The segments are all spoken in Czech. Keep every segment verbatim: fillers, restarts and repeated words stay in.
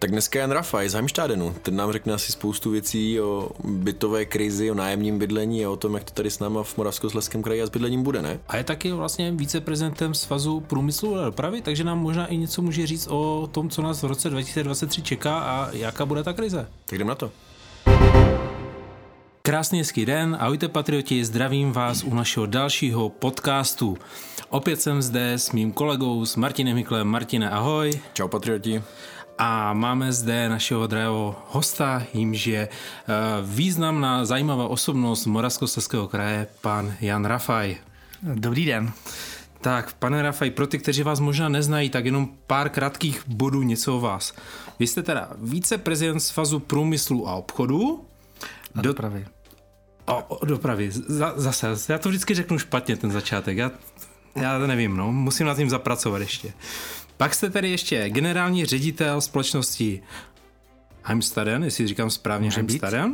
Tak dneska Jan Rafaj z Heimstadenu, ten nám řekne asi spoustu věcí o bytové krizi, o nájemním bydlení a o tom, jak to tady s náma v Moravskoslezském kraji a s bydlením bude, ne? A je taky vlastně viceprezidentem Svazu průmyslu a dopravy, takže nám možná i něco může říct o tom, co nás v roce dva tisíce dvacet tři čeká a jaká bude ta krize. Tak jdem na to. Krásný hezký den, ahojte patrioti, zdravím vás u našeho dalšího podcastu. Opět jsem zde s mým kolegou, s Martinem Hyklem. Martine, ahoj. Čau patrioti. A máme zde našeho drahého hosta, jímž je významná, zajímavá osobnost Moravskoslezského kraje, pan Jan Rafaj. Dobrý den. Tak, pane Rafaj, pro ty, kteří vás možná neznají, tak jenom pár krátkých bodů něco o vás. Vy jste teda viceprezident Svazu průmyslu a obchodu. A dopravy. O, o dopravy. Z- zase, já to vždycky řeknu špatně, ten začátek. Já, já nevím, no, musím na tím zapracovat ještě. Pak jste tady ještě generální ředitel společnosti Heimstaden, jestli říkám správně Heimstaden.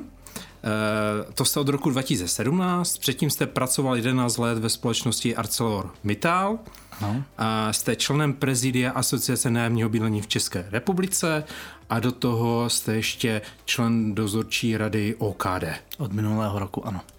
E, to jste od roku dva tisíce sedmnáct, předtím jste pracoval jedenáct let ve společnosti ArcelorMittal. No. A jste členem prezidia Asociace nájemního bydlení v České republice a do toho jste ještě člen dozorčí rady O K D. Od minulého roku, ano.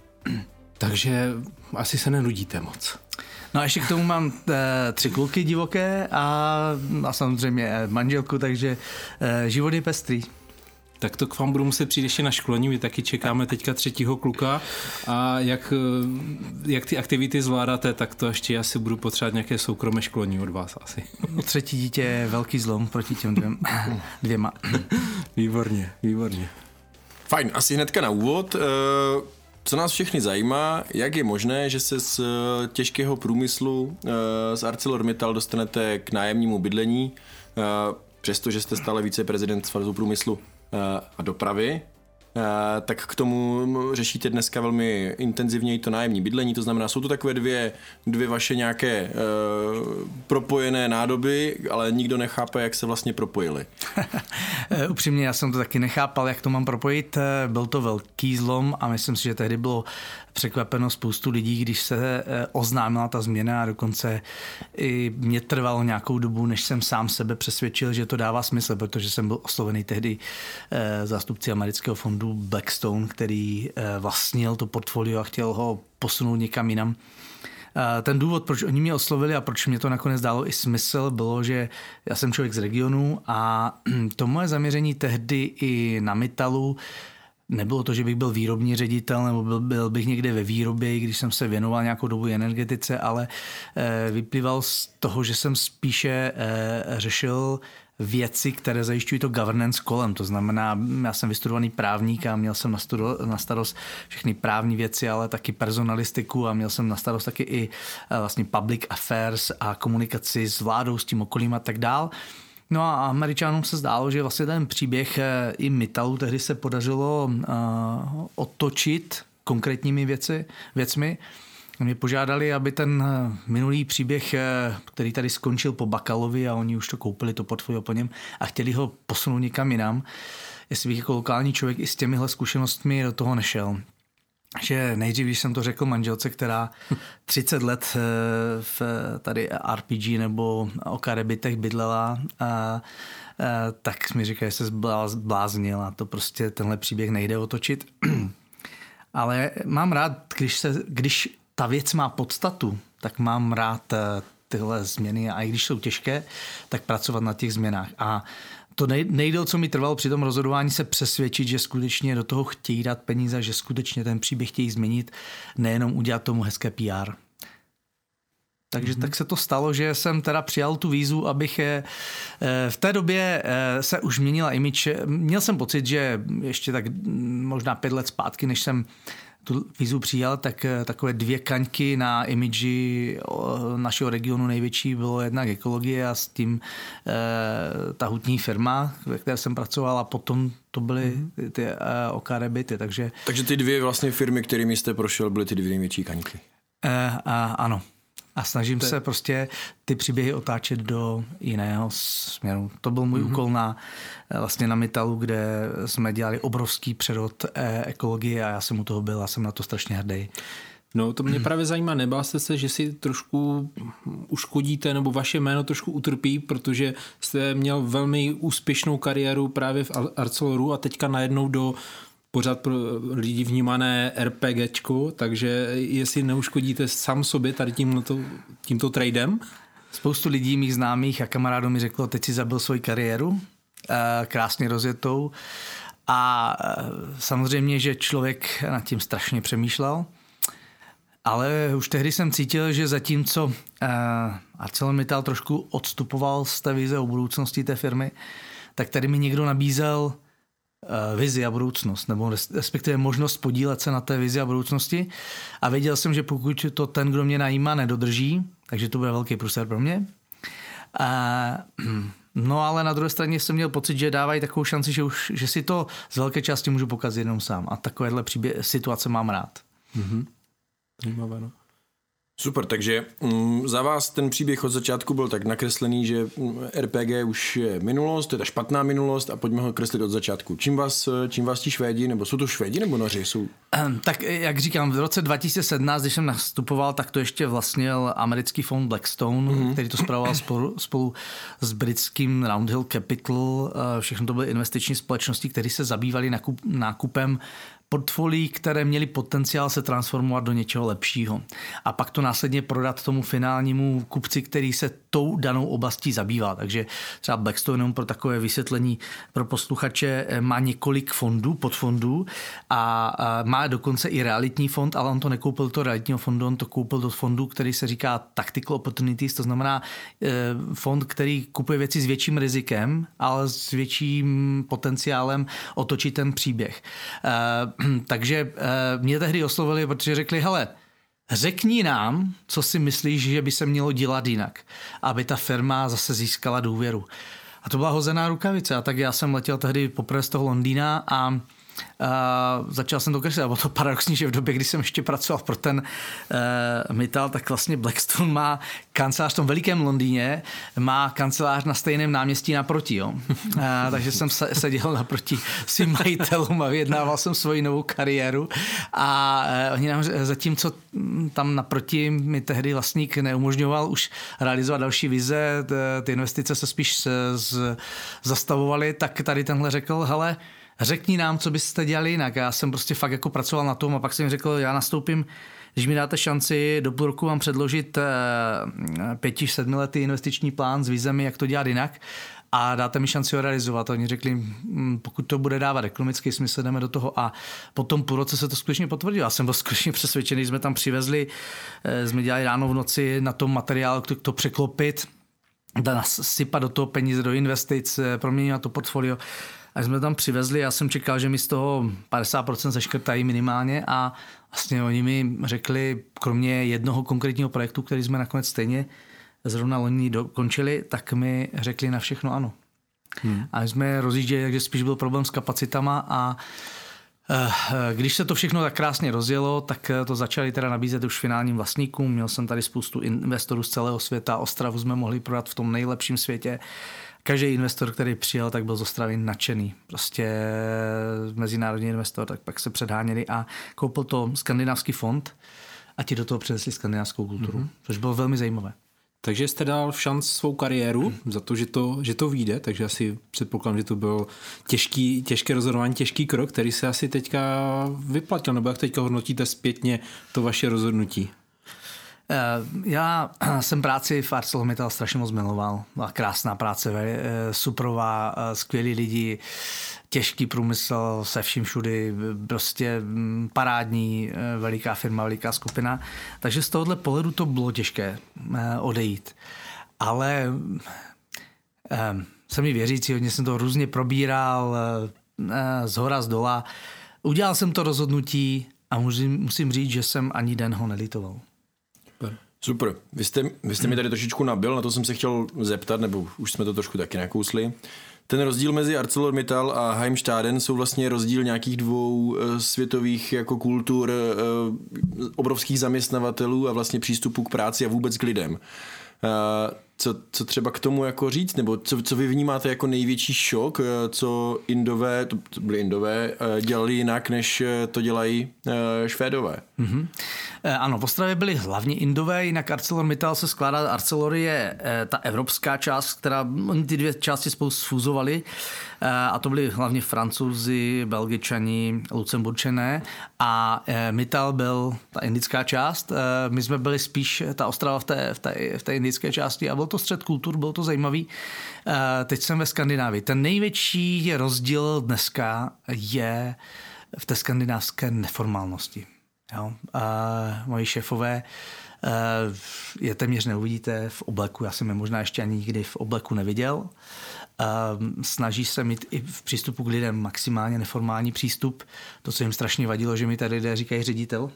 Takže asi se nenudíte moc. No a ještě k tomu mám e, tři kluky divoké a, a samozřejmě manželku, takže e, život je pestrý. Tak to k vám budu muset přijít ještě na školení, my taky čekáme teďka třetího kluka a jak, jak ty aktivity zvládáte, tak to ještě asi budu potřebovat nějaké soukromé školení od vás asi. Třetí dítě je velký zlom proti těm dvěm, dvěma. Výborně, výborně. Fajn, asi hnedka na úvod. Co nás všechny zajímá, jak je možné, že se z těžkého průmyslu z ArcelorMittal dostanete k nájemnímu bydlení, přestože jste stále viceprezident Svazu průmyslu a dopravy, tak k tomu řešíte dneska velmi intenzivně to nájemní bydlení, to znamená, jsou to takové dvě, dvě vaše nějaké uh, propojené nádoby, ale nikdo nechápe, jak se vlastně propojily. Upřímně, já jsem to taky nechápal, jak to mám propojit, byl to velký zlom a myslím si, že tehdy bylo překvapeno spoustu lidí, když se oznámila ta změna a dokonce i mě trvalo nějakou dobu, než jsem sám sebe přesvědčil, že to dává smysl, protože jsem byl oslovený tehdy zástupci amerického fondu Blackstone, který vlastnil to portfolio a chtěl ho posunout někam jinam. Ten důvod, proč oni mě oslovili a proč mě to nakonec dalo i smysl, bylo, že já jsem člověk z regionu a to moje zaměření tehdy i na Mittalu nebylo to, že bych byl výrobní ředitel nebo byl, byl bych někde ve výrobě, když jsem se věnoval nějakou dobu energetice, ale vyplýval z toho, že jsem spíše řešil věci, které zajišťují to governance kolem. To znamená, já jsem vystudovaný právník a měl jsem na starost všechny právní věci, ale taky personalistiku a měl jsem na starost taky i vlastně public affairs a komunikaci s vládou, s tím okolím a tak dál. No a Američanům se zdálo, že vlastně ten příběh i Mittalu tehdy se podařilo uh, otočit konkrétními věci, věcmi. Mě požádali, aby ten minulý příběh, který tady skončil po Bakalovi a oni už to koupili, to portfolio po něm a chtěli ho posunout někam jinam, jestli bych jako lokální člověk i s těmihle zkušenostmi do toho nešel. Že nejdřív, když jsem to řekl manželce, která třicet let v tady R P G nebo O K D bytech bydlela, a, a, tak mi říká, že se zbláznil a to prostě tenhle příběh nejde otočit. Ale mám rád, když, se, když ta věc má podstatu, tak mám rád tyhle změny a i když jsou těžké, tak pracovat na těch změnách. A to nejdéle, co mi trvalo při tom rozhodování, se přesvědčit, že skutečně do toho chtějí dát peníze, že skutečně ten příběh chtějí změnit, nejenom udělat tomu hezké P R. Takže mm-hmm. tak se to stalo, že jsem teda přijal tu výzvu, abych je, v té době se už měnila image. Měl jsem pocit, že ještě tak možná pět let zpátky, než jsem tu výzvu přijal, tak takové dvě kaňky na imidži našeho regionu největší bylo jednak ekologie a s tím e, ta hutní firma, ve které jsem pracoval a potom to byly ty, ty e, O K D byty. Takže, takže ty dvě vlastně firmy, kterými jste prošel, byly ty dvě největší kaňky. E, a, ano. A snažím se prostě ty příběhy otáčet do jiného směru. To byl můj mm-hmm. úkol na, vlastně na Mittalu, kde jsme dělali obrovský přerod ekologie a já jsem u toho byl a jsem na to strašně hrdý. No to mě právě zajímá, nebál jste se, že si trošku uškodíte nebo vaše jméno trošku utrpí, protože jste měl velmi úspěšnou kariéru právě v Arceloru a teďka najednou do pořád pro lidi vnímané RPGčko, takže jestli neuškodíte sám sobě tady tímto, tímto tradem? Spoustu lidí, mých známých a kamarádů mi řeklo, teď si zabil svoji kariéru, krásně rozjetou a samozřejmě, že člověk nad tím strašně přemýšlel. Ale už tehdy jsem cítil, že zatímco uh, ArcelorMittal trošku odstupoval z té vize o budoucnosti té firmy, tak tady mi někdo nabízel uh, vizi a budoucnost, nebo respektive možnost podílet se na té vizi a budoucnosti. A věděl jsem, že pokud to ten, kdo mě najímá, nedodrží, takže to bude velký průser pro mě. Uh, no ale na druhé straně jsem měl pocit, že dávají takovou šanci, že, už, že si to z velké části můžu pokazit jenom sám. A takovéhle příběh, situace mám rád. Mm-hmm. Zajímavé, no. Super, takže mm, za vás ten příběh od začátku byl tak nakreslený, že R P G už je minulost, to je ta špatná minulost a pojďme ho kreslit od začátku. Čím vás, čím vás ti Švédi, nebo jsou to Švédi nebo Noři? Jsou... Tak jak říkám, v roce dva tisíce sedmnáct, když jsem nastupoval, tak to ještě vlastnil americký fond Blackstone, mm-hmm. který to spravoval spolu, spolu s britským Roundhill Capital. Všechno to byly investiční společnosti, které se zabývaly nákup, nákupem portfolií, které měly potenciál se transformovat do něčeho lepšího. A pak to následně prodat tomu finálnímu kupci, který se tou danou oblastí zabývá. Takže třeba Blackstone, pro takové vysvětlení pro posluchače, má několik fondů, podfondů a má dokonce i realitní fond, ale on to nekoupil do realitního fondu, on to koupil do fondu, který se říká Tactical Opportunities, to znamená fond, který kupuje věci s větším rizikem, ale s větším potenciálem otočit ten příběh. Takže mě tehdy oslovili, protože řekli, hele, řekni nám, co si myslíš, že by se mělo dělat jinak, aby ta firma zase získala důvěru. A to byla hozená rukavice. A tak já jsem letěl tehdy poprvé z toho Londýna a Uh, začal jsem to kreslit. A bylo to paradoxní, že v době, kdy jsem ještě pracoval pro ten uh, Mittal, tak vlastně Blackstone má kancelář v tom velikém Londýně, má kancelář na stejném náměstí naproti. Jo. Uh, takže jsem seděl naproti svým majitelům a vyjednával jsem svoji novou kariéru. A uh, oni nám, zatímco tam naproti mi tehdy vlastník neumožňoval už realizovat další vize, ty investice se spíš z, zastavovaly, tak tady tenhle řekl, hele, řekni nám, co byste dělali jinak. Já jsem prostě fakt jako pracoval na tom a pak jsem jim řekl, já nastoupím, když mi dáte šanci do půl roku vám předložit pěti, sedmiletý investiční plán s vizemi, jak to dělat jinak a dáte mi šanci ho realizovat. A oni řekli, pokud to bude dávat ekonomický smysl, jdeme do toho a po tom půl roce se to skutečně potvrdilo. Já jsem byl skutečně přesvědčený, jsme tam přivezli, jsme dělali ráno v noci na tom materiálu, to, to překlopit, sypat do toho peníze, do investic, proměnit to portfolio. A jsme tam přivezli, já jsem čekal, že mi z toho padesát procent seškrtají minimálně a vlastně oni mi řekli, kromě jednoho konkrétního projektu, který jsme nakonec stejně zrovna loni dokončili, tak mi řekli na všechno ano. Hmm. A my jsme rozjížděli, takže spíš byl problém s kapacitama a když se to všechno tak krásně rozjelo, tak to začali teda nabízet už finálním vlastníkům. Měl jsem tady spoustu investorů z celého světa, Ostravu jsme mohli prodat v tom nejlepším světě. Každý investor, který přijel, tak byl z Ostravy nadšený. Prostě mezinárodní investor, tak pak se předháněli a koupil to skandinávský fond a ti do toho přinesli skandinávskou kulturu, mm-hmm. což bylo velmi zajímavé. Takže jste dal šanc svou kariéru mm. za to, že to, že to vyjde, takže asi předpokládám, že to byl těžký, těžké rozhodování, těžký krok, který se asi teďka vyplatil, nebo jak teďka hodnotíte zpětně to vaše rozhodnutí? Já jsem práci v ArcelorMittal strašně moc miloval. Byla krásná práce, suprová, skvělí lidi, těžký průmysl se vším všudy, prostě parádní, veliká firma, veliká skupina. Takže z tohohle pohledu to bylo těžké odejít. Ale jsem mi věřící, hodně jsem to různě probíral, z hora, z dola. Udělal jsem to rozhodnutí a musím, musím říct, že jsem ani den ho nelitoval. Super. Vy jste, vy jste mi tady trošičku nabil, na to jsem se chtěl zeptat, nebo už jsme to trošku taky nakousli. Ten rozdíl mezi ArcelorMittal a Heimstaden jsou vlastně rozdíl nějakých dvou světových jako kultur, obrovských zaměstnavatelů a vlastně přístupu k práci a vůbec k lidem. Co, co třeba k tomu jako říct, nebo co, co vy vnímáte jako největší šok, co Indové, to, to byli Indové, dělali jinak, než to dělají Švédové? Mm-hmm. Ano, v Ostravě byli hlavně Indové, jinak ArcelorMittal se skládá, Arcelor je ta evropská část, která, oni ty dvě části spolu sfúzovali a to byli hlavně Francouzi, Belgičani, Lucemburčané a Mittal byl ta indická část. My jsme byli spíš ta Ostrava v té, v té, v té indické části a byl to střed kultur, bylo to zajímavý. Teď jsem ve Skandinávii. Ten největší rozdíl dneska je v té skandinávské neformálnosti. Jo? A moji šéfové je téměř neuvidíte v obleku. Já jsem je možná ještě ani nikdy v obleku neviděl. Snaží se mít i v přístupu k lidem maximálně neformální přístup. To, co jim strašně vadilo, že mi tady lidé říkají ředitel.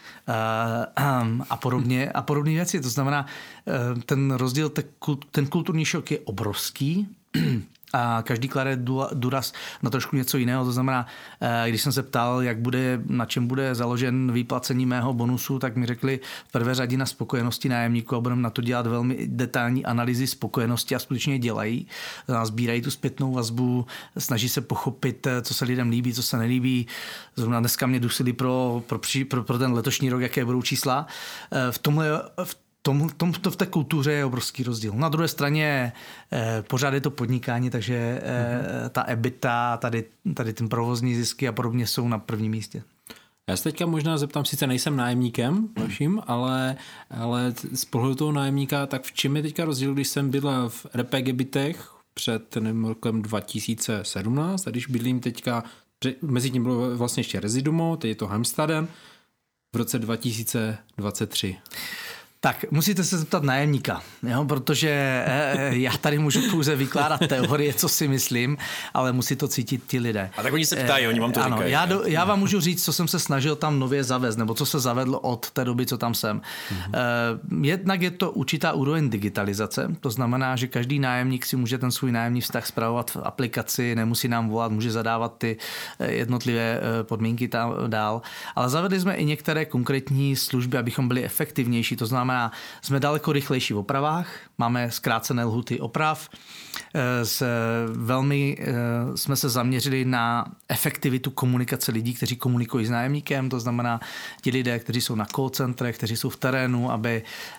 A podobně a podobné věci. To znamená, ten rozdíl, ten kulturní šok je obrovský a každý klade důraz na trošku něco jiného. To znamená, když jsem se ptal, jak bude, na čem bude založen vyplacení mého bonusu, tak mi řekli v prvé řadě na spokojenosti nájemníků a budeme na to dělat velmi detailní analýzy spokojenosti a skutečně dělají. Sbírají tu zpětnou vazbu, snaží se pochopit, co se lidem líbí, co se nelíbí. Zrovna dneska mě dusili pro, pro, pro, pro ten letošní rok, jaké budou čísla. V tomhle v Tom, tom, to v té kultuře je obrovský rozdíl. Na druhé straně eh, pořád je to podnikání, takže eh, mm-hmm. ta EBITDA, tady, tady ten provozní zisky a podobně jsou na prvním místě. Já se teďka možná zeptám, sice nejsem nájemníkem vaším, ale, ale z pohledu toho nájemníka, tak v čem je teďka rozdíl, když jsem bydlel v R P G bytech před rokem dva tisíce sedmnáct a když bydlím teďka, mezi tím bylo vlastně ještě Residumo, teď je to Heimstaden, v roce dva tisíce dvacet tři. Tak musíte se zeptat nájemníka, jo? Protože já tady můžu pouze vykládat teorie, co si myslím, ale musí to cítit ti lidé. A tak oni se ptají, oni vám to ano, říkají. Já, do, já vám můžu říct, co jsem se snažil tam nově zavést, nebo co se zavedlo od té doby, co tam jsem. Mm-hmm. Jednak je to určitá úroveň digitalizace, to znamená, že každý nájemník si může ten svůj nájemní vztah spravovat v aplikaci, nemusí nám volat, může zadávat ty jednotlivé podmínky tam dál. Ale zavedli jsme i některé konkrétní služby, abychom byli efektivnější, to znamená, jsme daleko rychlejší v opravách, máme zkrácené lhuty oprav, s, velmi jsme se zaměřili na efektivitu komunikace lidí, kteří komunikují s nájemníkem, to znamená ti lidé, kteří jsou na call centrech, kteří jsou v terénu, aby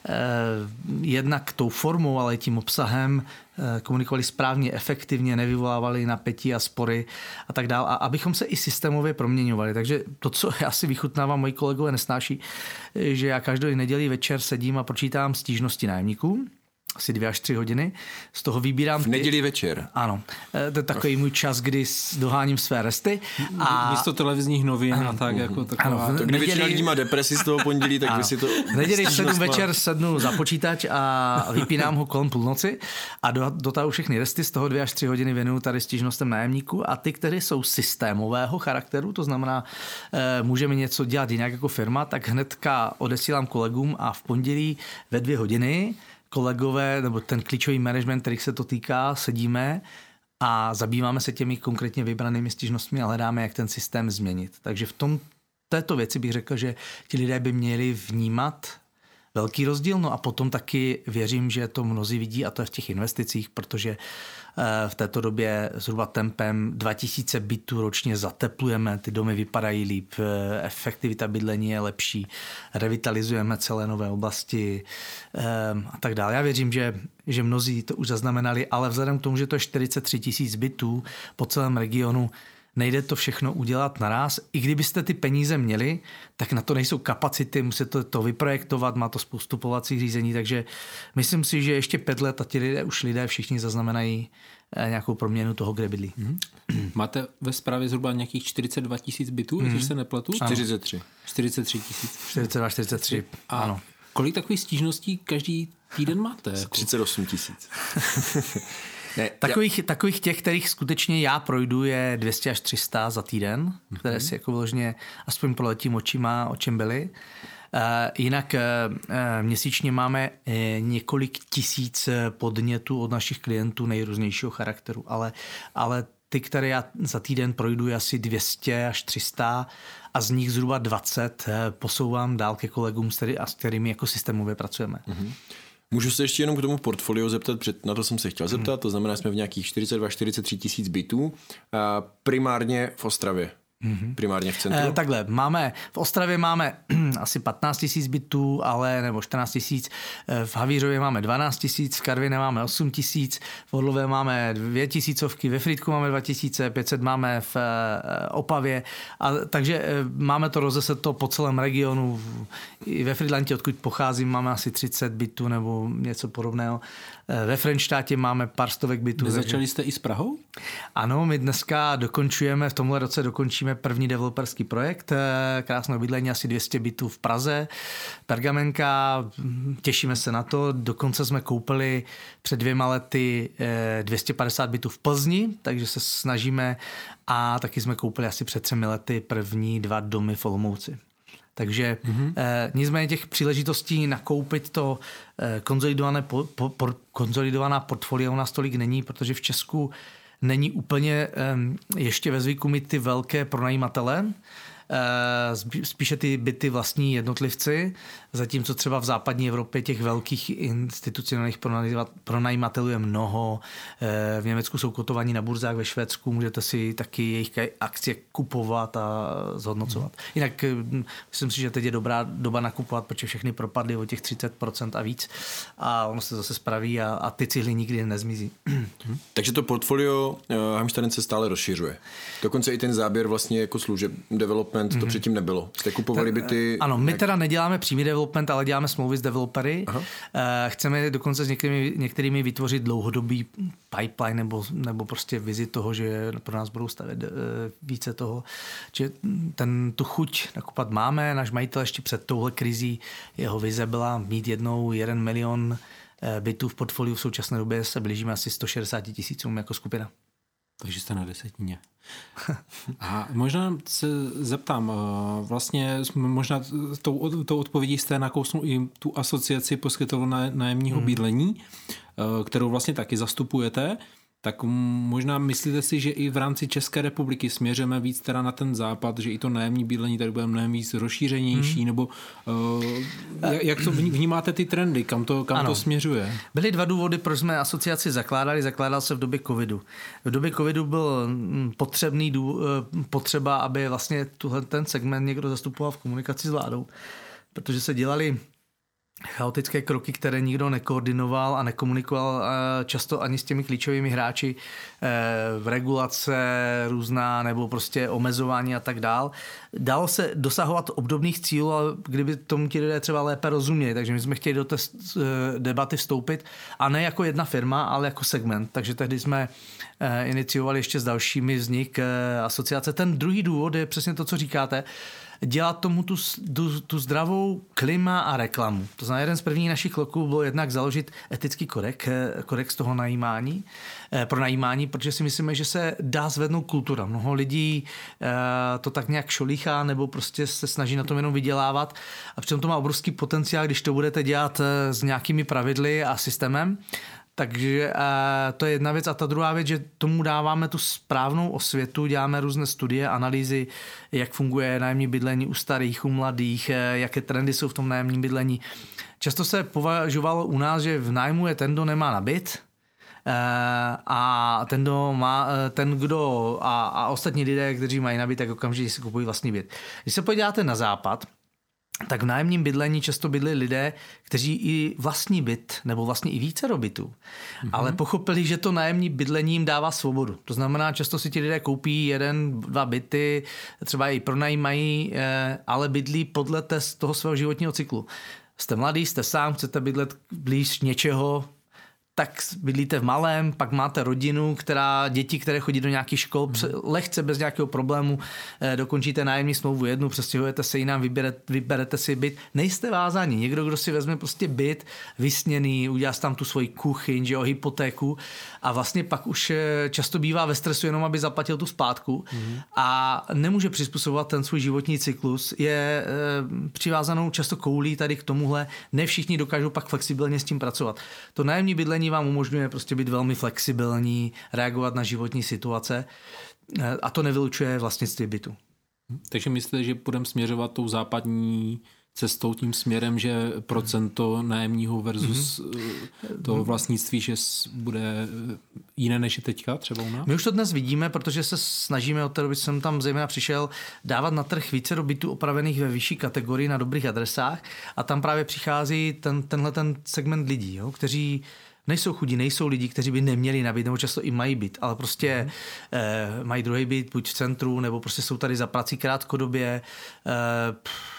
jednak tou formou, ale i tím obsahem komunikovali správně, efektivně, nevyvolávali napětí a spory a tak dále. A abychom se i systémově proměňovali. Takže to, co já si vychutnávám, moji kolegové nesnáší, že já každou neděli večer sedím a pročítám stížnosti nájemníků, asi dvě až tři hodiny. Z toho vybírám... V neděli večer. Ano. To je takový můj čas, kdy doháním své resty. A... Místo televizních novin a tak. Jako taková... Ano, tak když většina lidí má depresi z toho pondělí, tak ano. Vy si to... V neděli sedm večer sednu za počítač a vypínám ho kolem půlnoci a dotáhu všechny resty, z toho dvě až tři hodiny věnuju tady stížnostem nájemníků a ty, které jsou systémového charakteru, to znamená, můžeme něco dělat jinak jako firma, tak hnedka odesílám kolegům a v pondělí ve dvě hodiny kolegové, nebo ten klíčový management, kterých se to týká, sedíme a zabýváme se těmi konkrétně vybranými stížnostmi a hledáme, jak ten systém změnit. Takže v tom, této věci bych řekl, že ti lidé by měli vnímat velký rozdíl, no a potom taky věřím, že to mnozí vidí a to je v těch investicích, protože v této době zhruba tempem dva tisíce bytů ročně zateplujeme, ty domy vypadají líp, efektivita bydlení je lepší, revitalizujeme celé nové oblasti a tak dále. Já věřím, že, že mnozí to už zaznamenali, ale vzhledem k tomu, že to je čtyřicet tři tisíc bytů po celém regionu, nejde to všechno udělat naraz. I kdybyste ty peníze měli, tak na to nejsou kapacity, musíte to vyprojektovat, má to spoustu povolacích řízení, takže myslím si, že ještě pět let a ti lidé, už lidé všichni zaznamenají nějakou proměnu toho, kde bydlí. Mm-hmm. Máte ve správě zhruba nějakých čtyřicet dva tisíc bytů, mm-hmm. když se nepletu? čtyřicet tři. čtyřicet tři tisíc. čtyřicet dva, čtyřicet tři, a ano. Kolik takových stížností každý týden máte? Jako? třicet osm tisíc. Ne, takových, takových těch, kterých skutečně já projdu, je dvě stě až tři sta za týden, mm-hmm. které si jako vyloženě aspoň proletím očima, o čem byly. Uh, jinak uh, měsíčně máme uh, několik tisíc podnětů od našich klientů nejrůznějšího charakteru, ale, ale ty, které já za týden projdu, je asi dvě stě až tři sta a z nich zhruba dvacet uh, posouvám dál ke kolegům, s, který, a s kterými jako systémově pracujeme. Mm-hmm. Můžu se ještě jenom k tomu portfoliu zeptat, před, na to jsem se chtěl zeptat, hmm. to znamená, jsme v nějakých čtyřicet dva čtyřicet tři tisíc bytů, a primárně v Ostravě. Mm-hmm. Primárně v centru? Eh, takhle, máme, v Ostravě máme asi patnáct tisíc bytů, ale, nebo čtrnáct tisíc, v Havířově máme dvanáct tisíc, v Karviné máme osm tisíc, v Orlové máme dvě tisícovky, ve Frýdku máme dva tisíce, pět set máme v eh, Opavě, a, takže eh, máme to rozeseto po celém regionu. I ve Frýdlantě, odkud pocházím, máme asi třicet bytů nebo něco podobného. Eh, ve Frenštátě máme pár stovek bytů. Nezačali takže... jste i s Prahou? Ano, my dneska dokončujeme, v tomhle roce dokončíme první developerský projekt, krásné bydlení, asi dvě stě bytů v Praze, Pergamenka, těšíme se na to, dokonce jsme koupili před dvěma lety dvě stě padesát bytů v Plzni, takže se snažíme, a taky jsme koupili asi před třemi lety první dva domy v Olomouci. Takže mm-hmm. eh, nicméně těch příležitostí nakoupit to eh, konsolidované po, po, po, konsolidovaná portfolio u nás tolik není, protože v Česku není úplně um, ještě ve zvyku mít ty velké pronajímatele, uh, spíše ty byty vlastní jednotlivci, zatímco třeba v západní Evropě těch velkých institucionálních pronajímatelů je mnoho. Uh, v Německu jsou kotovaní na burzách, ve Švédsku můžete si taky jejich akcie kupovat a zhodnocovat. Hmm. Jinak uh, myslím si, že teď je dobrá doba nakupovat, protože všechny propadly o těch třicet procent a víc a ono se zase spraví a, a ty cihly nikdy nezmizí. Hmm. Takže to portfolio uh, Heimstaden se stále rozšiřuje. Dokonce i ten záběr vlastně jako služeb development, mm-hmm. to předtím nebylo. Jste kupovali byty? Ano, my teda neděláme přímý development, ale děláme smlouvy s developery. Aha. Chceme dokonce s některými, některými vytvořit dlouhodobý pipeline nebo, nebo prostě vizi toho, že pro nás budou stavět více toho. Že ten, tu chuť nakupovat máme. Náš majitel ještě před touhle krizí, jeho vize byla mít jednou jeden milion bytů v portfoliu. V současné době se blížíme asi sto šedesát tisícům jako skupina. Takže jste na desetině. A možná se zeptám, vlastně možná tou, tou odpovědí jste nakousnul i tu asociaci poskytovatelů nájemního hmm. bydlení, kterou vlastně taky zastupujete. Tak možná myslíte si, že i v rámci České republiky směřeme víc teda na ten západ, že i to nájemní bydlení tady bude mnohem víc rozšířenější, hmm. nebo uh, jak to vnímáte ty trendy, kam to, kam to směřuje? Byly dva důvody, proč jsme asociaci zakládali. Zakládal se v době covidu. V době covidu byl potřebný dů, potřeba, aby vlastně tuhle ten segment někdo zastupoval v komunikaci s vládou, protože se dělali chaotické kroky, které nikdo nekoordinoval a nekomunikoval často ani s těmi klíčovými hráči, v regulace různá nebo prostě omezování a tak dál. Dalo se dosahovat obdobných cílů, ale kdyby tomu ti lidé třeba lépe rozuměli, takže my jsme chtěli do té debaty vstoupit a ne jako jedna firma, ale jako segment. Takže tehdy jsme iniciovali ještě s dalšími vznik asociace. Ten druhý důvod je přesně to, co říkáte, dělat tomu tu, tu, tu zdravou klima a reklamu. To znamená, jeden z prvních našich kroků bylo jednak založit etický kodex, kodex toho najímání, pro najímání, protože si myslíme, že se dá zvednout kultura. Mnoho lidí to tak nějak šolíchá nebo prostě se snaží na tom jenom vydělávat a přitom to má obrovský potenciál, když to budete dělat s nějakými pravidly a systémem. Takže to je jedna věc. A ta druhá věc, že tomu dáváme tu správnou osvětu, děláme různé studie, analýzy, jak funguje nájemní bydlení u starých, u mladých, jaké trendy jsou v tom nájemním bydlení. Často se považovalo u nás, že v nájmu je ten, kdo nemá na byt, a ten, kdo má, ten, kdo a, a ostatní lidé, kteří mají na byt, tak okamžitě si kupují vlastní byt. Když se podíváte na západ, tak v nájemním bydlení často bydli lidé, kteří i vlastní byt, nebo vlastně i více bytů, mm-hmm. ale pochopili, že to nájemní bydlení jim dává svobodu. To znamená, často si ti lidé koupí jeden, dva byty, třeba i pronajímají, ale bydlí podle toho svého životního cyklu. Jste mladý, jste sám, chcete bydlet blíž něčeho, tak bydlíte v malém, pak máte rodinu, která, děti, které chodí do nějakých škol, hmm. lehce bez nějakého problému eh, dokončíte nájemní smlouvu jednu, přestěhujete se jinam, vyberete, vyberete si byt. Nejste vázáni. Někdo, kdo si vezme prostě byt vysněný, udělá si tam tu svoji kuchyň, že jo, hypotéku a vlastně pak už eh, často bývá ve stresu jenom, aby zaplatil tu splátku hmm. a nemůže přizpůsobovat ten svůj životní cyklus. Je eh, přivázanou často koulí tady k tomuhle. Ne všichni dokážou pak flexibilně s tím pracovat. To nájemní bydlení vám umožňuje prostě být velmi flexibilní, reagovat na životní situace a to nevylučuje vlastnictví bytu. Takže myslíte, že budeme směřovat tou západní cestou tím směrem, že procento nájemního versus mm-hmm. to vlastnictví, že bude jiné než je teďka třeba u nás? My už to dnes vidíme, protože se snažíme od té doby, jsem tam zejména přišel, dávat na trh více do bytů opravených ve vyšší kategorii na dobrých adresách a tam právě přichází ten, tenhle ten segment lidí, jo, kteří nejsou chudí, nejsou lidi, kteří by neměli nabít, nebo často i mají byt, ale prostě mm. eh, mají druhý byt, buď v centru, nebo prostě jsou tady za prací krátkodobě. Eh,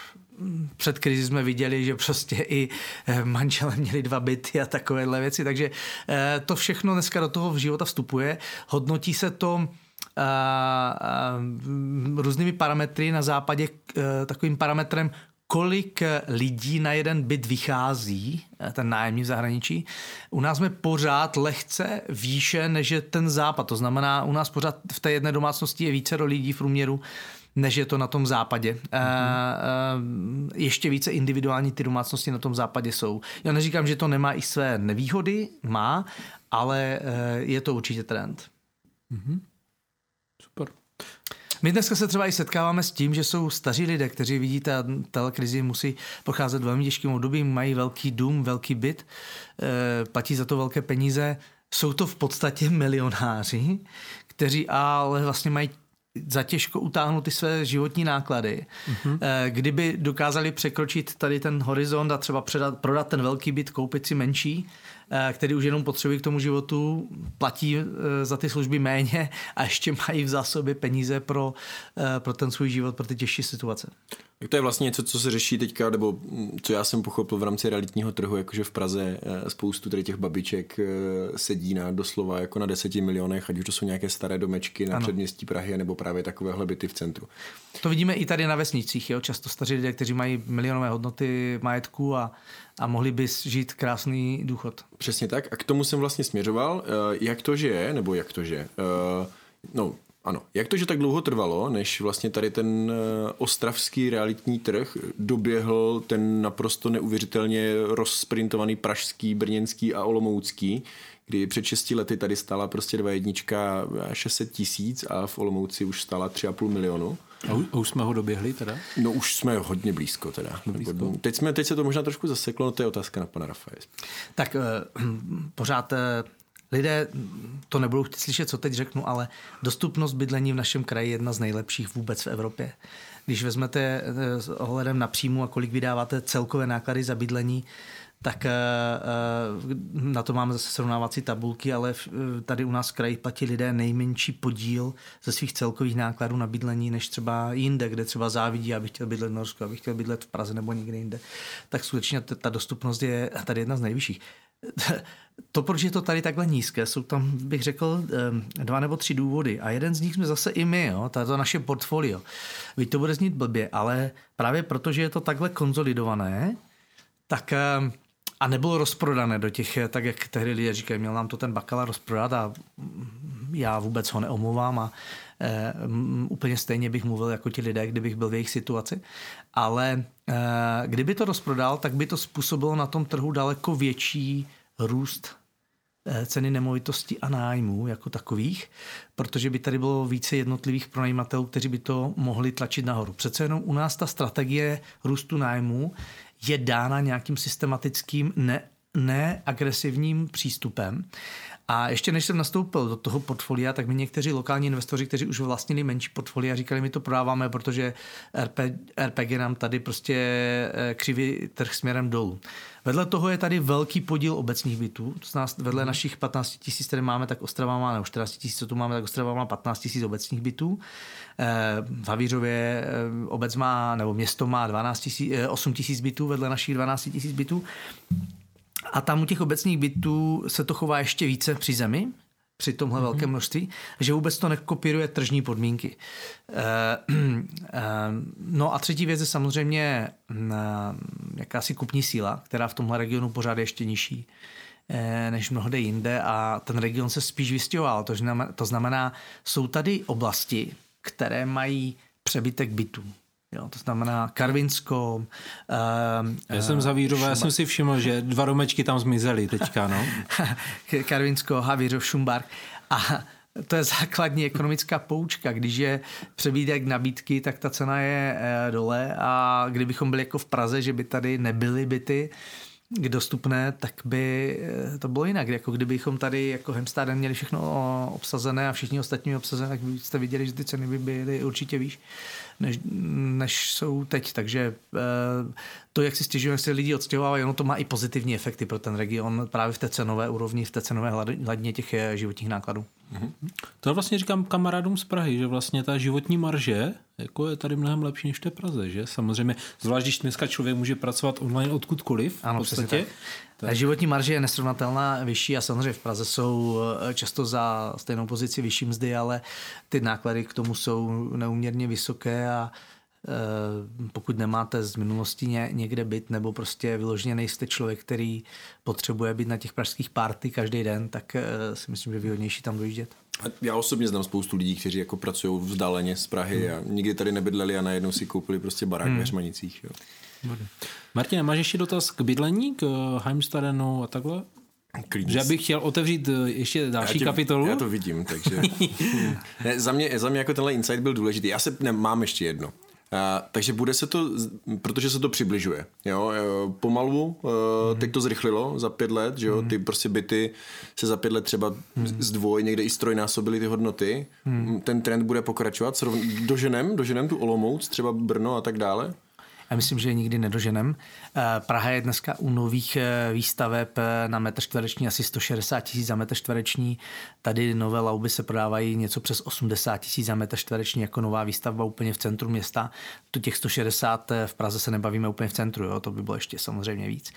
před krizi jsme viděli, že prostě i manželé měli dva byty a takovéhle věci, takže eh, to všechno dneska do toho života vstupuje. Hodnotí se to a, a, různými parametry na západě, eh, takovým parametrem, kolik lidí na jeden byt vychází, ten nájemní v zahraničí. U nás jsme pořád lehce výše, než je ten západ. To znamená, u nás pořád v té jedné domácnosti je více lidí v průměru, než je to na tom západě. Mm-hmm. E, e, ještě více individuální ty domácnosti na tom západě jsou. Já neříkám, že to nemá i své nevýhody, má, ale e, je to určitě trend. Mm-hmm. Super. My dneska se třeba i setkáváme s tím, že jsou staří lidé, kteří vidíte, a téhle krizi musí procházet velmi těžkým obdobím, mají velký dům, velký byt, e, platí za to velké peníze. Jsou to v podstatě milionáři, kteří ale vlastně mají za těžko utáhnout ty své životní náklady. Mm-hmm. E, kdyby dokázali překročit tady ten horizont a třeba předat, prodat ten velký byt, koupit si menší, který už jenom potřebují k tomu životu, platí za ty služby méně a ještě mají v zásobě peníze pro, pro ten svůj život, pro ty těžší situace. Tak to je vlastně něco, co se řeší teďka, nebo co já jsem pochopil v rámci realitního trhu, jakože v Praze spoustu tady těch babiček sedí na doslova jako na deseti milionech, ať už to jsou nějaké staré domečky na ano. předměstí Prahy, nebo právě takovéhle byty v centru. To vidíme i tady na vesnicích, jo? Často staří lidé, kteří mají milionové hodnoty majetku a, a mohli by žít krásný důchod. Přesně tak. A k tomu jsem vlastně směřoval. Jak to, že je, nebo jak to, že... No, ano. Jak to, že tak dlouho trvalo, než vlastně tady ten ostravský realitní trh doběhl ten naprosto neuvěřitelně rozsprintovaný pražský, brněnský a olomoucký, kdy před šesti lety tady stála prostě dva jednička šest set tisíc a v Olomouci už stála tři a půl milionu. A už jsme ho doběhli teda? No už jsme hodně blízko teda. Blízko. Teď, jsme, teď se to možná trošku zaseklo, no to je otázka na pana Rafaje. Tak eh, pořád eh, lidé to nebudou chtít slyšet, co teď řeknu, ale dostupnost bydlení v našem kraji je jedna z nejlepších vůbec v Evropě. Když vezmete eh, s ohledem na příjmu a kolik vydáváte celkové náklady za bydlení, tak na to máme zase srovnávací tabulky, ale tady u nás v kraji platí lidé nejmenší podíl ze svých celkových nákladů na bydlení, než třeba jinde, kde třeba závidí, abych chtěl bydlet v Norsku, abych chtěl bydlet v Praze nebo někde jinde. Tak skutečně ta dostupnost je tady jedna z nejvyšších. To, proč je to tady takhle nízké, jsou tam, bych řekl, dva nebo tři důvody. A jeden z nich jsme zase i my, jo, to naše portfolio. Víte, to bude znít blbě, ale právě proto, že je to takhle konzolidované, tak a nebylo rozprodané do těch, tak jak tehdy lidé říkají, měl nám to ten Bakala rozprodat a já vůbec ho neomluvám a e, úplně stejně bych mluvil jako ti lidé, kdybych byl v jejich situaci. Ale e, kdyby to rozprodal, tak by to způsobilo na tom trhu daleko větší růst e, ceny nemovitostí a nájmů jako takových, protože by tady bylo více jednotlivých pronajímatelů, kteří by to mohli tlačit nahoru. Přece jenom u nás ta strategie růstu nájmů je dána nějakým systematickým, ne, neagresivním přístupem. A ještě než jsem nastoupil do toho portfolia, tak mi někteří lokální investoři, kteří už vlastnili menší portfolia, říkali, my to prodáváme, protože R P, R P G nám tady prostě křiví trh směrem dolů. Vedle toho je tady velký podíl obecních bytů. To znamená, vedle našich patnáct tisíc, které máme, tak Ostrava má, nebo čtrnáct tisíc, co tu máme, tak Ostrava má patnáct tisíc obecních bytů. V Havířově obec má, nebo město má dvanáct tisíc, osm tisíc bytů vedle našich dvanáct tisíc bytů. A tam u těch obecních bytů se to chová ještě více při zemi, při tomhle mm-hmm. velkém množství, že vůbec to nekopíruje tržní podmínky. No a třetí věc je samozřejmě jakási kupní síla, která v tomhle regionu pořád je ještě nižší než mnohde jinde a ten region se spíš vystěhoval. To znamená, to znamená, jsou tady oblasti, které mají přebytek bytů. Jo, to znamená Karvinsko. Uh, já jsem z Havířova, já jsem si všiml, že dva domečky tam zmizely teďka, no. Karvinsko, Havířov, Šumbark. A to je základní ekonomická poučka. Když je přebytek nabídky, tak ta cena je dole a kdybychom byli jako v Praze, že by tady nebyly byty dostupné, tak by to bylo jinak. Jako kdybychom tady jako Heimstaden měli všechno obsazené a všichni ostatní obsazené, tak byste viděli, že ty ceny by byly určitě výš, než, než jsou teď. Takže to, jak si stěžujeme, jak se lidi odstěhovávají, ono to má i pozitivní efekty pro ten region právě v té cenové úrovni, v té cenové hladině těch životních nákladů. Mm-hmm. To vlastně říkám kamarádům z Prahy, že vlastně ta životní marže jako je tady mnohem lepší než v té Praze, že? Samozřejmě, zvlášť když dneska člověk může pracovat online odkudkoliv. Ano, v podstatě. Tak. Životní marže je nesrovnatelná vyšší a samozřejmě v Praze jsou často za stejnou pozici vyšší mzdy, ale ty náklady k tomu jsou neúměrně vysoké a pokud nemáte z minulosti někde byt nebo prostě vyloženě nejste člověk, který potřebuje být na těch pražských party každý den, tak si myslím, že je výhodnější tam dojíždět. Já osobně znám spoustu lidí, kteří jako pracují vzdáleně z Prahy hmm. a nikdy tady nebydleli a najednou si koupili prostě barák hmm. v Heřmanicích. Jo. Martina, máš ještě dotaz k bydlení, k Heimstadenu a takhle? Klidně. Že bych chtěl otevřít ještě další já tě, kapitolu. Já to vidím, takže ne, za, mě, za mě jako tenhle insight byl důležitý. Já se ne, mám ještě jedno. Uh, takže bude se to, protože se to přibližuje. Jo? Uh, pomalu, uh, mm. teď to zrychlilo za pět let, že jo? Ty prostě byty se za pět let třeba mm. z dvoj, někde i strojnásobily ty hodnoty. Mm. Ten trend bude pokračovat. Srovn... Doženem, doženem tu Olomouc, třeba Brno a tak dále. Já myslím, že nikdy nedoženem. Praha je dneska u nových výstaveb na metr čtvereční asi sto šedesát tisíc za metr čtvereční. Tady nové lauby se prodávají něco přes osmdesát tisíc za metr čtvereční jako nová výstavba úplně v centru města. Tu těch sto šedesát v Praze se nebavíme úplně v centru, jo? To by bylo ještě samozřejmě víc.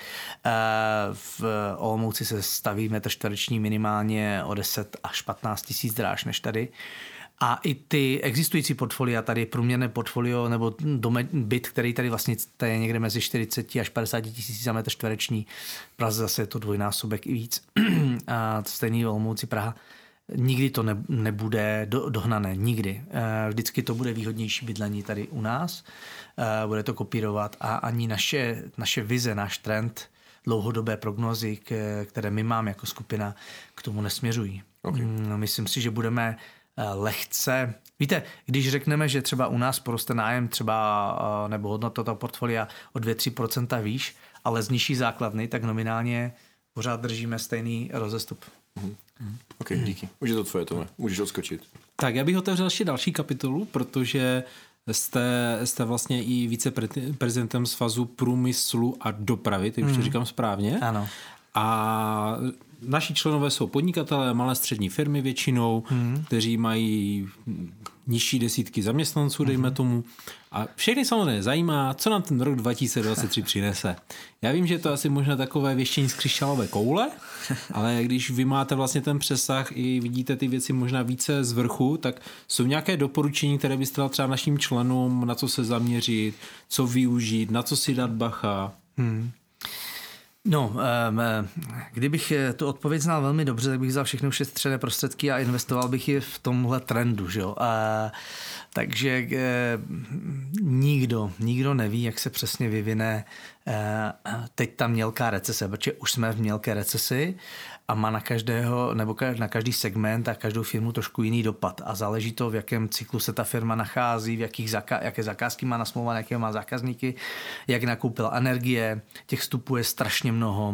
V Olomouci se staví metr čtvereční minimálně o deset až patnáct tisíc dráž než tady. A i ty existující portfolia, tady průměrné portfolio nebo dome, byt, který tady vlastně je někde mezi čtyřicet až padesát tisíc za metr čtvereční. V Praze zase je to dvojnásobek i víc. A stejný v Olomouci Praha. Nikdy to ne, nebude do, dohnané, nikdy. Vždycky to bude výhodnější bydlení tady u nás. Bude to kopírovat a ani naše, naše vize, náš trend, dlouhodobé prognózy, které my máme jako skupina, k tomu nesměřují. Okay. Myslím si, že budeme lehce. Víte, když řekneme, že třeba u nás poroste nájem třeba nebo hodnota toho portfolia o dvě až tři procenta výš, ale z nižší základny, tak nominálně pořád držíme stejný rozestup. Mm-hmm. Ok, díky. Už je to tvoje, tohle. Můžeš odskočit. Tak, já bych otevřel ještě další kapitolu, protože jste, jste vlastně i viceprezidentem Svazu průmyslu a dopravy, teď už to říkám správně. Ano. A naši členové jsou podnikatelé, malé střední firmy většinou, mm. kteří mají nižší desítky zaměstnanců, dejme mm. tomu. A všechny samozřejmě zajímá, co nám ten rok dva tisíce dvacet tři přinese. Já vím, že je to asi možná takové věštění z křišťálové koule, ale když vy máte vlastně ten přesah i vidíte ty věci možná více z vrchu, tak jsou nějaké doporučení, které byste dal třeba našim členům, na co se zaměřit, co využít, na co si dát bacha? Mm. No, kdybych tu odpověď znal velmi dobře, tak bych vzal všechny ušetřené prostředky a investoval bych je v tomhle trendu, že jo. Takže nikdo, nikdo neví, jak se přesně vyvine teď ta mělká recese, protože už jsme v mělké recesi a má na každého, nebo na každý segment a každou firmu trošku jiný dopad a záleží to, v jakém cyklu se ta firma nachází, v jakých zaka- jaké zakázky má nasmlouvané, jaké má zákazníky, jak nakoupila energie, těch vstupů je strašně mnoho,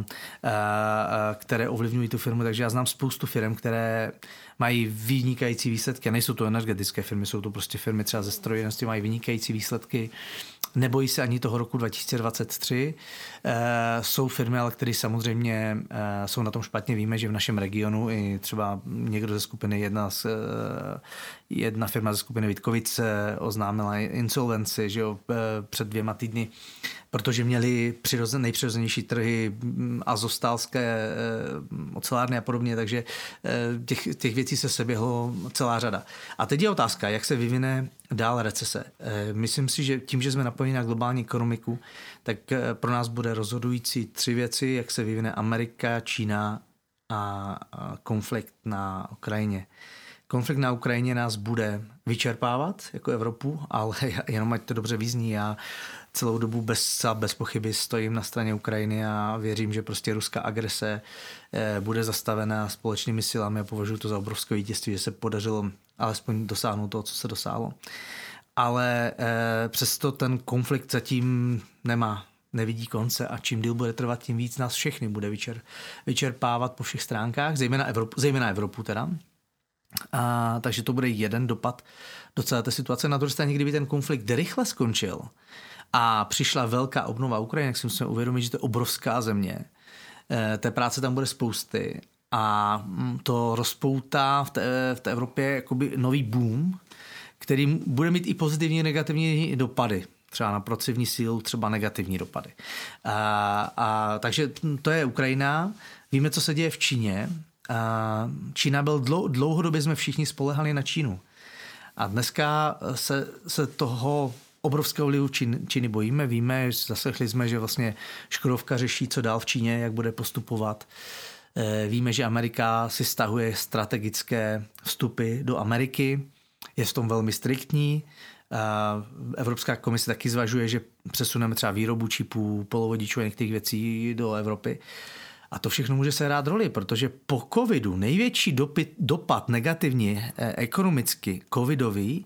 které ovlivňují tu firmu, takže já znám spoustu firm, které mají vynikající výsledky a nejsou to energetické firmy, jsou to prostě firmy třeba ze strojírenství, mají vynikající výsledky, nebojí se ani toho roku dva tisíce dvacet tři. E, jsou firmy, ale které samozřejmě e, jsou na tom špatně. Víme, že v našem regionu i třeba někdo ze skupiny, jedna, z, e, jedna firma ze skupiny Vítkovic oznámila insolvenci, že jo, e, před dvěma týdny, protože měli přirozen, nejpřirozenější trhy, azostálské e, ocelárny a podobně, takže e, těch, těch věcí se seběhlo celá řada. A teď je otázka, jak se vyvine dál recese. E, myslím si, že tím, že jsme napojeni na globální ekonomiku, tak e, pro nás bude rozhodující tři věci, jak se vyvine Amerika, Čína a, a konflikt na Ukrajině. Konflikt na Ukrajině nás bude vyčerpávat jako Evropu, ale jenom ať to dobře vyzní. Já celou dobu bez, bez pochyby stojím na straně Ukrajiny a věřím, že prostě ruská agrese bude zastavená společnými silami a považuji to za obrovské vítězství, že se podařilo alespoň dosáhnout toho, co se dosáhlo. Ale eh, přesto ten konflikt zatím nemá, nevidí konce a čím díl bude trvat, tím víc nás všechny bude vyčer, vyčerpávat po všech stránkách, zejména Evropu, zejména Evropu teda. A, takže to bude jeden dopad do celé té situace. Na druhé straně, kdyby ten konflikt rychle skončil a přišla velká obnova Ukrajiny, tak si musíme uvědomit, že to je obrovská země. E, té práce tam bude spousty a to rozpoutá v té, v té Evropě jakoby nový boom, který bude mít i pozitivní a negativní dopady. Třeba na pracovní sílu, třeba negativní dopady. A, a, takže to je Ukrajina. Víme, co se děje v Číně. A Čína byl dlou, dlouhodobě jsme všichni spolehali na Čínu. A dneska se, se toho obrovského vlivu Číny, Číny bojíme. Víme, zaslechli jsme, že vlastně Škodovka řeší, co dál v Číně, jak bude postupovat. Víme, že Amerika si stahuje strategické vstupy do Ameriky. Je v tom velmi striktní. Evropská komise taky zvažuje, že přesuneme třeba výrobu čipů, polovodičů a některých věcí do Evropy. A to všechno může se hrát roli, protože po covidu největší dopad, dopad negativní ekonomicky covidový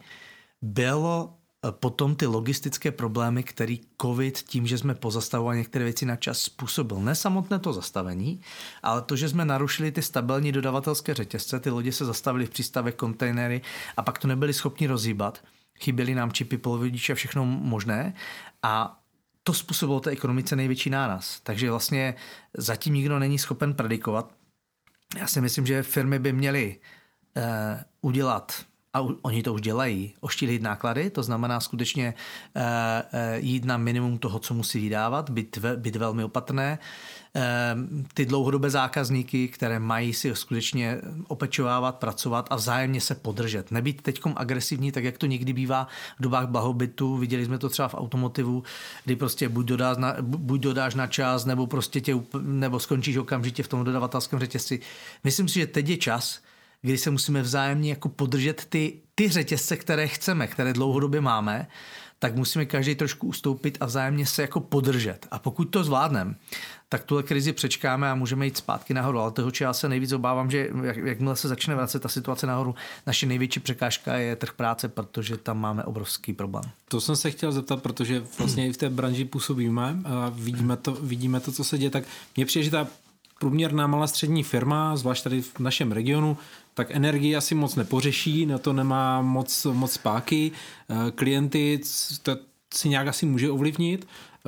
bylo potom ty logistické problémy, který covid tím, že jsme pozastavovali některé věci na čas, způsobil. Ne samotné to zastavení, ale to, že jsme narušili ty stabilní dodavatelské řetězce, ty lodi se zastavily v přístavech, kontejnery a pak to nebyli schopni rozhýbat. Chyběly nám čipy, polovodiče a všechno možné a to způsobilo té ekonomice největší náraz. Takže vlastně zatím nikdo není schopen predikovat. Já si myslím, že firmy by měly eh, udělat, a u, oni to už dělají, oštílit náklady, to znamená skutečně eh, eh, jít na minimum toho, co musí vydávat, být, být velmi opatrné. Eh, ty dlouhodobé zákazníky, které mají si skutečně opečovávat, pracovat a vzájemně se podržet. Nebýt teďkom agresivní, tak jak to někdy bývá v dobách blahobytu. Viděli jsme to třeba v automotivu, kdy prostě buď dodáš na, buď dodáš na čas, nebo prostě tě, nebo skončíš okamžitě v tom dodavatelském řetězci. Myslím si, že teď je čas, kdy se musíme vzájemně jako podržet ty, ty řetězce, které chceme, které dlouhodobě máme, tak musíme každý trošku ustoupit a vzájemně se jako podržet. A pokud to zvládneme, tak tuhle krizi přečkáme a můžeme jít zpátky nahoru. Ale toho, či já se nejvíc obávám, že jak, jakmile se začne vracet ta situace nahoru, naše největší překážka je trh práce, protože tam máme obrovský problém. To jsem se chtěl zeptat, protože vlastně i v té branži působíme a vidíme to, vidíme to, co se děje, tak mně přijde, že ta průměrná malá střední firma, zvlášť tady v našem regionu, tak energii asi moc nepořeší, na to nemá moc, moc páky. Klienty to si nějak asi může ovlivnit.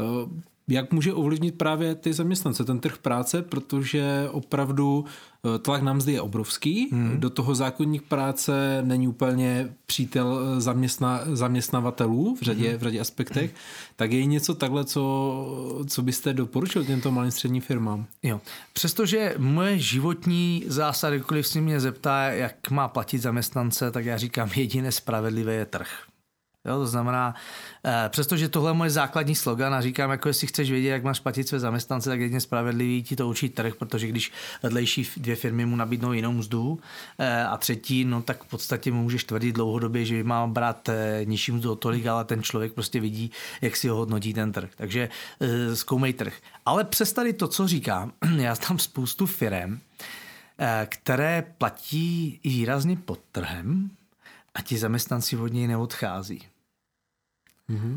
Jak může ovlivnit právě ty zaměstnance, ten trh práce, protože opravdu tlak na mzdy je obrovský, hmm. do toho zákoník práce není úplně přítel zaměstna, zaměstnavatelů v řadě, hmm. v řadě aspektech, hmm. tak je něco takhle, co, co byste doporučil těmto malým středním firmám? Jo, přestože moje životní zásady, kdykoliv si mě zeptá, jak má platit zaměstnance, tak já říkám, jediné spravedlivé je trh. Jo, to znamená, eh, přestože tohle je můj základní slogan a říkám, jako jestli chceš vědět, jak máš platit své zaměstnance, tak jedině spravedlivý ti to učí trh, protože když vedlejší dvě firmy mu nabídnou jinou mzdu eh, a třetí, no tak v podstatě mu můžeš tvrdit dlouhodobě, že má brát eh, nižší mzdu o tolik, ale ten člověk prostě vidí, jak si ho hodnotí ten trh. Takže eh, zkoumej trh. Ale přes tady to, co říkám, já tam spoustu firem, eh, které platí výrazně pod trhem a ti zaměstnanci od něj neodchází. Mm-hmm.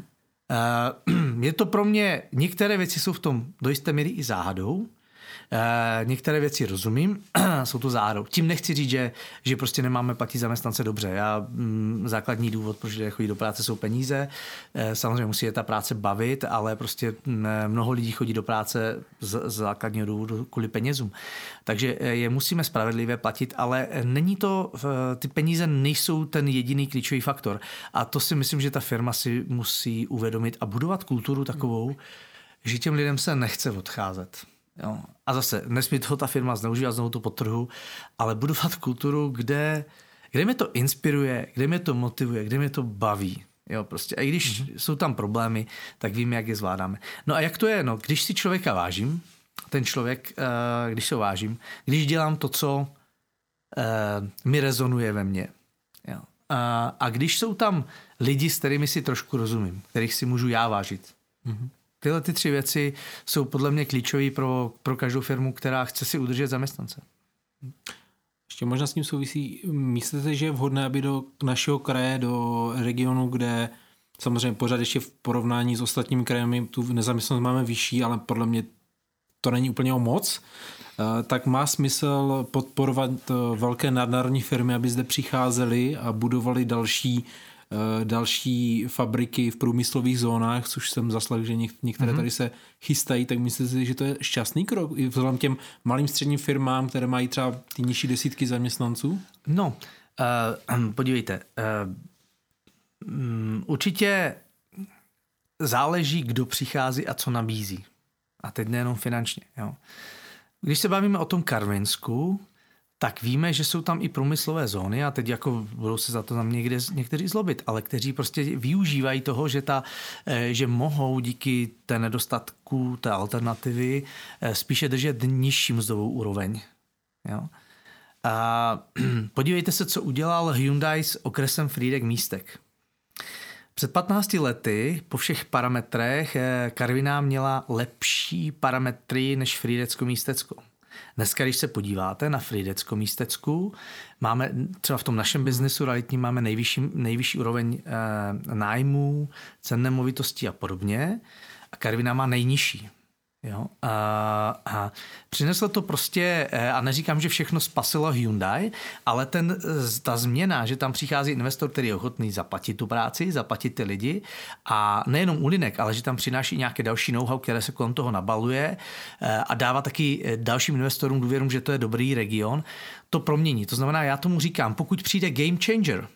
Uh, je to pro mě, některé věci jsou v tom do jisté míry i záhadou, Uh, některé věci rozumím, jsou to záhadou. Tím nechci říct, že, že prostě nemáme platit zaměstnance dobře. Já, m, základní důvod, proč lidé chodí do práce, jsou peníze. Uh, samozřejmě musí je ta práce bavit, ale prostě m, mnoho lidí chodí do práce z, z základního důvodu kvůli penězům. Takže je musíme spravedlivě platit, ale není to, ty peníze nejsou ten jediný klíčový faktor. A to si myslím, že ta firma si musí uvědomit a budovat kulturu takovou, že těm lidem se nechce odcházet. Jo. A zase, nesmí toho ta firma zneužívat, znovu to podtrhu, ale budovat kulturu, kde, kde mě to inspiruje, kde mě to motivuje, kde mě to baví. Jo, prostě. A i když mm-hmm. jsou tam problémy, tak víme, jak je zvládáme. No a jak to je? No, když si člověka vážím, ten člověk, uh, když se ho vážím, když dělám to, co uh, mi rezonuje ve mně. Jo. Uh, a když jsou tam lidi, s kterými si trošku rozumím, kterých si můžu já vážit, Mm-hmm. Tyhle ty tři věci jsou podle mě klíčové pro, pro každou firmu, která chce si udržet zaměstnance. Ještě možná s tím souvisí, myslíte, že je vhodné, aby do našeho kraje, do regionu, kde samozřejmě pořád ještě v porovnání s ostatními krajemi tu nezaměstnanost máme vyšší, ale podle mě to není úplně o moc, tak má smysl podporovat velké nadnárodní firmy, aby zde přicházely a budovali další, další fabriky v průmyslových zónách, což jsem zaslal, že některé tady se chystají, tak myslíte si, že to je šťastný krok i vzhledem těm malým středním firmám, které mají třeba ty nižší desítky zaměstnanců? No, uh, podívejte, uh, um, určitě záleží, kdo přichází a co nabízí. A teď nejenom finančně. Jo. Když se bavíme o tom Karvinsku, tak víme, že jsou tam i průmyslové zóny a teď jako budou se za to tam někde, někteří zlobit, ale kteří prostě využívají toho, že, ta, že mohou díky té nedostatku té alternativy spíše držet nižší mzdovou úroveň. Jo. A podívejte se, co udělal Hyundai s okresem Frýdek-Místek. Před patnácti lety po všech parametrech Karviná měla lepší parametry než Frýdecko-Místecko. Dneska, když se podíváte na Frýdecko-Místecku, máme třeba v tom našem biznesu realitní máme nejvyšší, nejvyšší úroveň e, nájmů, cen nemovitostí a podobně a Karviná má nejnižší. Jo? A, a přineslo to prostě, a neříkám, že všechno spasilo Hyundai, ale ten, ta změna, že tam přichází investor, který je ochotný zaplatit tu práci, zaplatit ty lidi a nejenom u linek, ale že tam přináší nějaké další know-how, které se kolem toho nabaluje a dává taky dalším investorům důvěru, že to je dobrý region, to promění. To znamená, já tomu říkám, pokud přijde game changer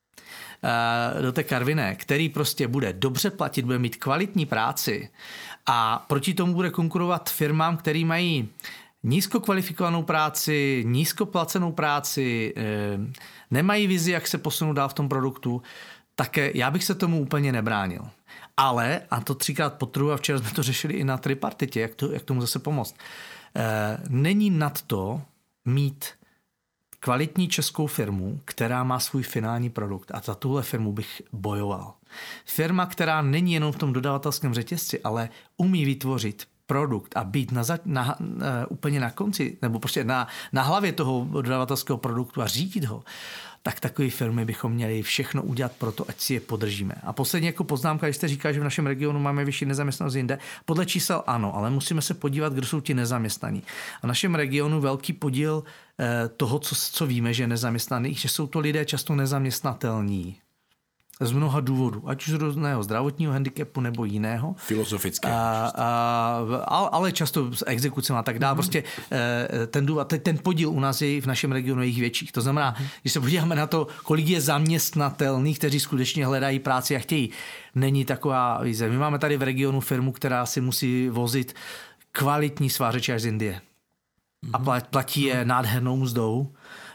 do té Karviné, který prostě bude dobře platit, bude mít kvalitní práci a proti tomu bude konkurovat firmám, který mají nízkokvalifikovanou práci, nízkoplacenou práci, nemají vizi, jak se posunout dál v tom produktu, tak já bych se tomu úplně nebránil. Ale, a to třikrát podtrhuji, a včera jsme to řešili i na tripartitě, jak, to, jak tomu zase pomoct, není nad to mít kvalitní českou firmu, která má svůj finální produkt a za tuhle firmu bych bojoval. Firma, která není jenom v tom dodavatelském řetězci, ale umí vytvořit produkt a být na, za, na, uh, úplně na konci, nebo prostě na, na hlavě toho dodavatelského produktu a řídit ho, tak takové firmy bychom měli všechno udělat pro to, ať si je podržíme. A poslední jako poznámka, když jste říká, že v našem regionu máme vyšší nezaměstnanost jinde, podle čísel ano, ale musíme se podívat, kdo jsou ti nezaměstnaní. A v našem regionu velký podíl eh, toho, co, co víme, že je nezaměstnaných, že jsou to lidé často nezaměstnatelní. Z mnoha důvodů, ať už z různého zdravotního handicapu nebo jiného. Filozofické. A, a, ale často s exekucemi a tak dále. Mm-hmm. Prostě ten, ten podíl u nás je v našem regionu jejich větších. To znamená, mm-hmm. když se podíváme na to, kolik je zaměstnatelných, kteří skutečně hledají práci a chtějí, není taková vize. My máme tady v regionu firmu, která si musí vozit kvalitní svářeče až z Indie. Mm-hmm. A platí je nádhernou mzdou.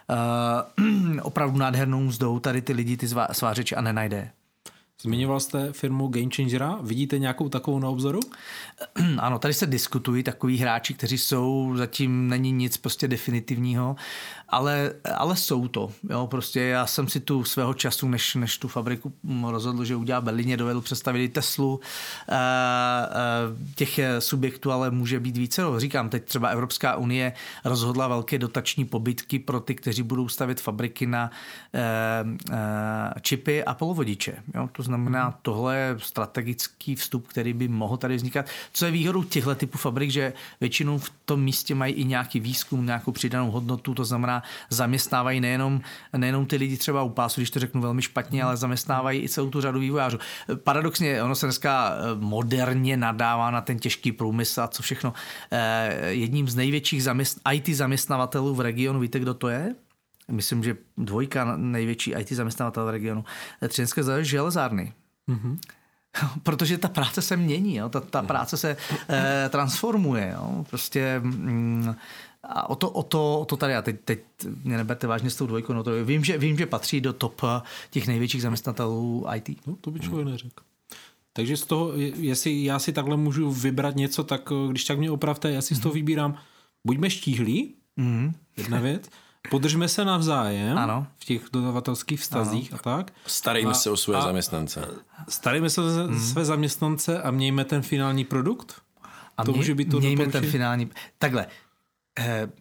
Uh, opravdu nádhernou mzdou tady ty lidi, ty svářeče a nenajde. Zmiňoval jste firmu Game Changera, vidíte nějakou takovou na obzoru? Ano, tady se diskutují takový hráči, kteří jsou, zatím není nic prostě definitivního, ale, ale jsou to. Jo, prostě já jsem si tu svého času, než, než tu fabriku rozhodl, že udělá Berlíně, dovedl představit i Teslu. E, e, těch subjektů ale může být více. Říkám, teď třeba Evropská unie rozhodla velké dotační pobytky pro ty, kteří budou stavět fabriky na e, e, čipy a polovodiče. Jo, to znamená, tohle je strategický vstup, který by mohl tady vznikat. Co je výhodou těchto typů fabrik, že většinou v tom místě mají i nějaký výzkum, nějakou přidanou hodnotu, to znamená, zaměstnávají nejenom, nejenom ty lidi třeba u pásu, když to řeknu velmi špatně, ale zaměstnávají i celou tu řadu vývojářů. Paradoxně, ono se dneska moderně nadává na ten těžký průmysl a co všechno. Jedním z největších zaměst... í té zaměstnavatelů v regionu, víte, kdo to je? Myslím, že dvojka největší í té zaměstnavatel v regionu. Třinecké železárny. Mm-hmm. Protože ta práce se mění, jo? Ta, ta práce se eh, transformuje. Jo? Prostě mm, a o to, o, to, o to tady, a teď, teď mě neberte vážně s tou dvojkou, no to vím, že, vím, že patří do top těch největších zaměstnavatelů í té. No, to by člověk neřekl. Takže z toho, jestli já si takhle můžu vybrat něco, tak když tak mě opravte, já si z toho vybírám, buďme štíhlí, mm. jedna věc, podržme se navzájem ano. v těch dodavatelských vztazích ano. a tak. Starejme a, se o své a, zaměstnance. Starejme se o hmm. své zaměstnance a mějme ten finální produkt? A to mě, může být to mějme ten finální... Takhle. Eh,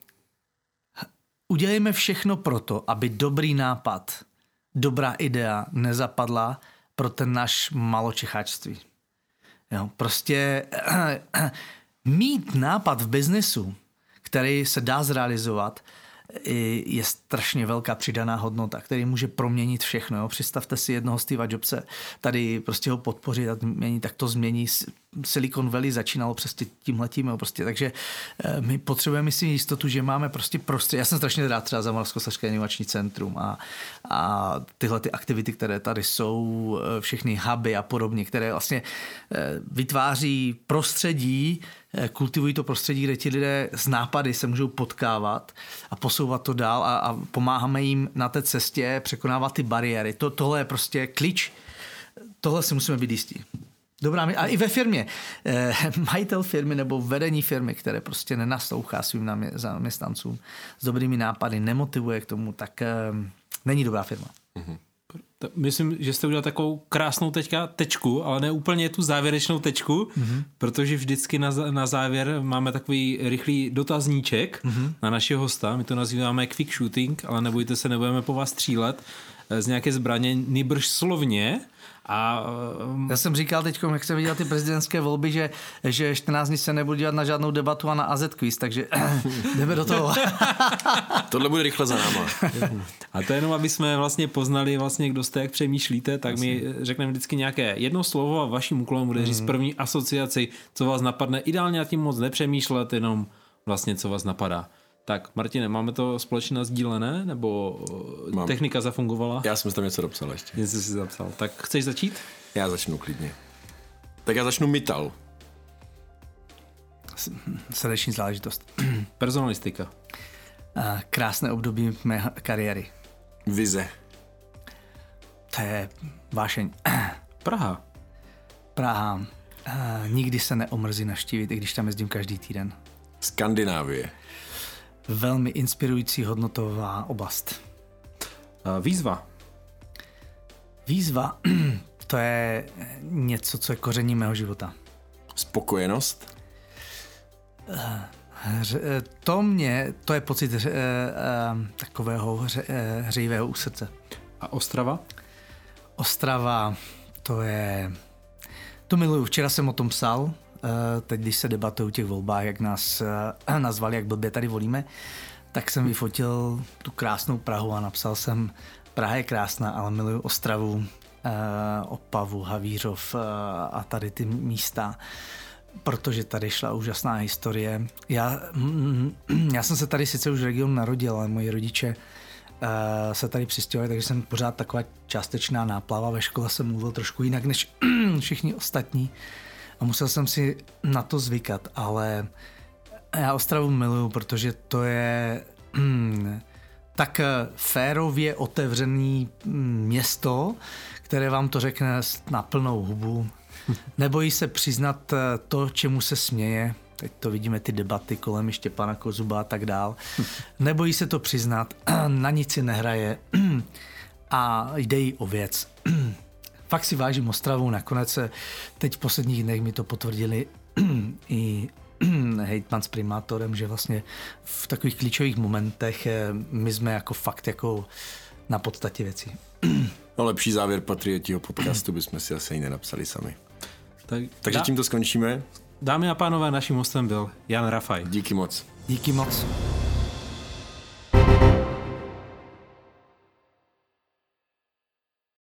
udělejme všechno proto, aby dobrý nápad, dobrá idea nezapadla pro ten náš maločecháčství. Jo, prostě eh, eh, mít nápad v biznesu, který se dá zrealizovat, je strašně velká přidaná hodnota, který může proměnit všechno. Jo. Představte si jednoho Steva Jobse, tady prostě ho podpořit a změnit, tak to změní. Silicon Valley začínalo přesně tímhletím. Prostě. Takže my potřebujeme si jistotu, že máme prostě prostředí. Já jsem strašně rád třeba za Moravskoslezské inovační centrum a, a tyhle ty aktivity, které tady jsou, všechny huby a podobně, které vlastně vytváří prostředí, kultivují to prostředí, kde ti lidé z nápady se můžou potkávat a posouvat to dál a, a pomáháme jim na té cestě překonávat ty bariéry. To, tohle je prostě klíč. Tohle si musíme být jistí. Dobrá, a i ve firmě. Eh, majitel firmy nebo vedení firmy, které prostě nenaslouchá svým zaměstnancům s dobrými nápady, nemotivuje k tomu, tak eh, není dobrá firma. Mm-hmm. Myslím, že jste udělal takovou krásnou teďka tečku, ale ne úplně tu závěrečnou tečku, mm-hmm. protože vždycky na, na závěr máme takový rychlý dotazníček mm-hmm. na našeho hosta. My to nazýváme quick shooting, ale nebojte se, nebudeme po vás střílet z nějaké zbraně, nýbrž slovně. A, Já jsem říkal teď, jak jsem viděl ty prezidentské volby, že, že čtrnáct dní se nebudu dívat na žádnou debatu a na A Z quiz, takže jdeme do toho. Tohle bude rychle za náma. A to jenom, aby jsme vlastně poznali, vlastně, kdo jste, jak přemýšlíte, tak my řekneme vždycky nějaké jedno slovo a vaším úkolem bude říct první asociaci, co vás napadne. Ideálně nad tím moc nepřemýšlet, jenom vlastně, co vás napadá. Tak, Martine, máme to společně sdílené, nebo Mám. technika zafungovala? Já jsem tam něco dopsal ještě. Něco si zapsal. Tak chceš začít? Já začnu klidně. Tak já začnu Mittal. Srdeční záležitost. Personalistika. Krásné období mé kariéry. Vize. To je vášeň. Praha. Praha. Nikdy se neomrzí navštívit, i když tam jezdím každý týden. Skandinávie. Velmi inspirující hodnotová oblast. Výzva. Výzva, to je něco, co je koření mého života. Spokojenost. To mě, to je pocit hře, takového hře, hřejivého u srdce. A Ostrava? Ostrava, to je, to miluju. Včera jsem o tom psal. Teď, když se debatuje o těch volbách, jak nás nazvali, jak blbě tady volíme, tak jsem vyfotil tu krásnou Prahu a napsal jsem, Praha je krásná, ale miluju Ostravu, Opavu, Havířov a tady ty místa, protože tady šla úžasná historie. Já, já jsem se tady sice už v regionu narodil, ale moji rodiče se tady přistěhovali, takže jsem pořád taková částečná náplava. Ve škole jsem mluvil trošku jinak než všichni ostatní. A musel jsem si na to zvykat, ale já Ostravu miluju, protože to je hmm, tak férově otevřený město, které vám to řekne na plnou hubu. Nebojí se přiznat to, čemu se směje. Teď to vidíme, ty debaty kolem Štěpána Kozuba a tak dál. Nebojí se to přiznat, na nic si nehraje a jde jí o věc. Fakt si vážím Ostravu, nakonec teď v posledních dnech mi to potvrdili i hejtman s primátorem, že vlastně v takových klíčových momentech my jsme jako fakt jako na podstatě věcí. No, lepší závěr patriotího podcastu bychom si asi ani nenapsali sami. Tak, Takže dá, tímto skončíme. Dámy a pánové, naším hostem byl Jan Rafaj. Díky moc. Díky moc.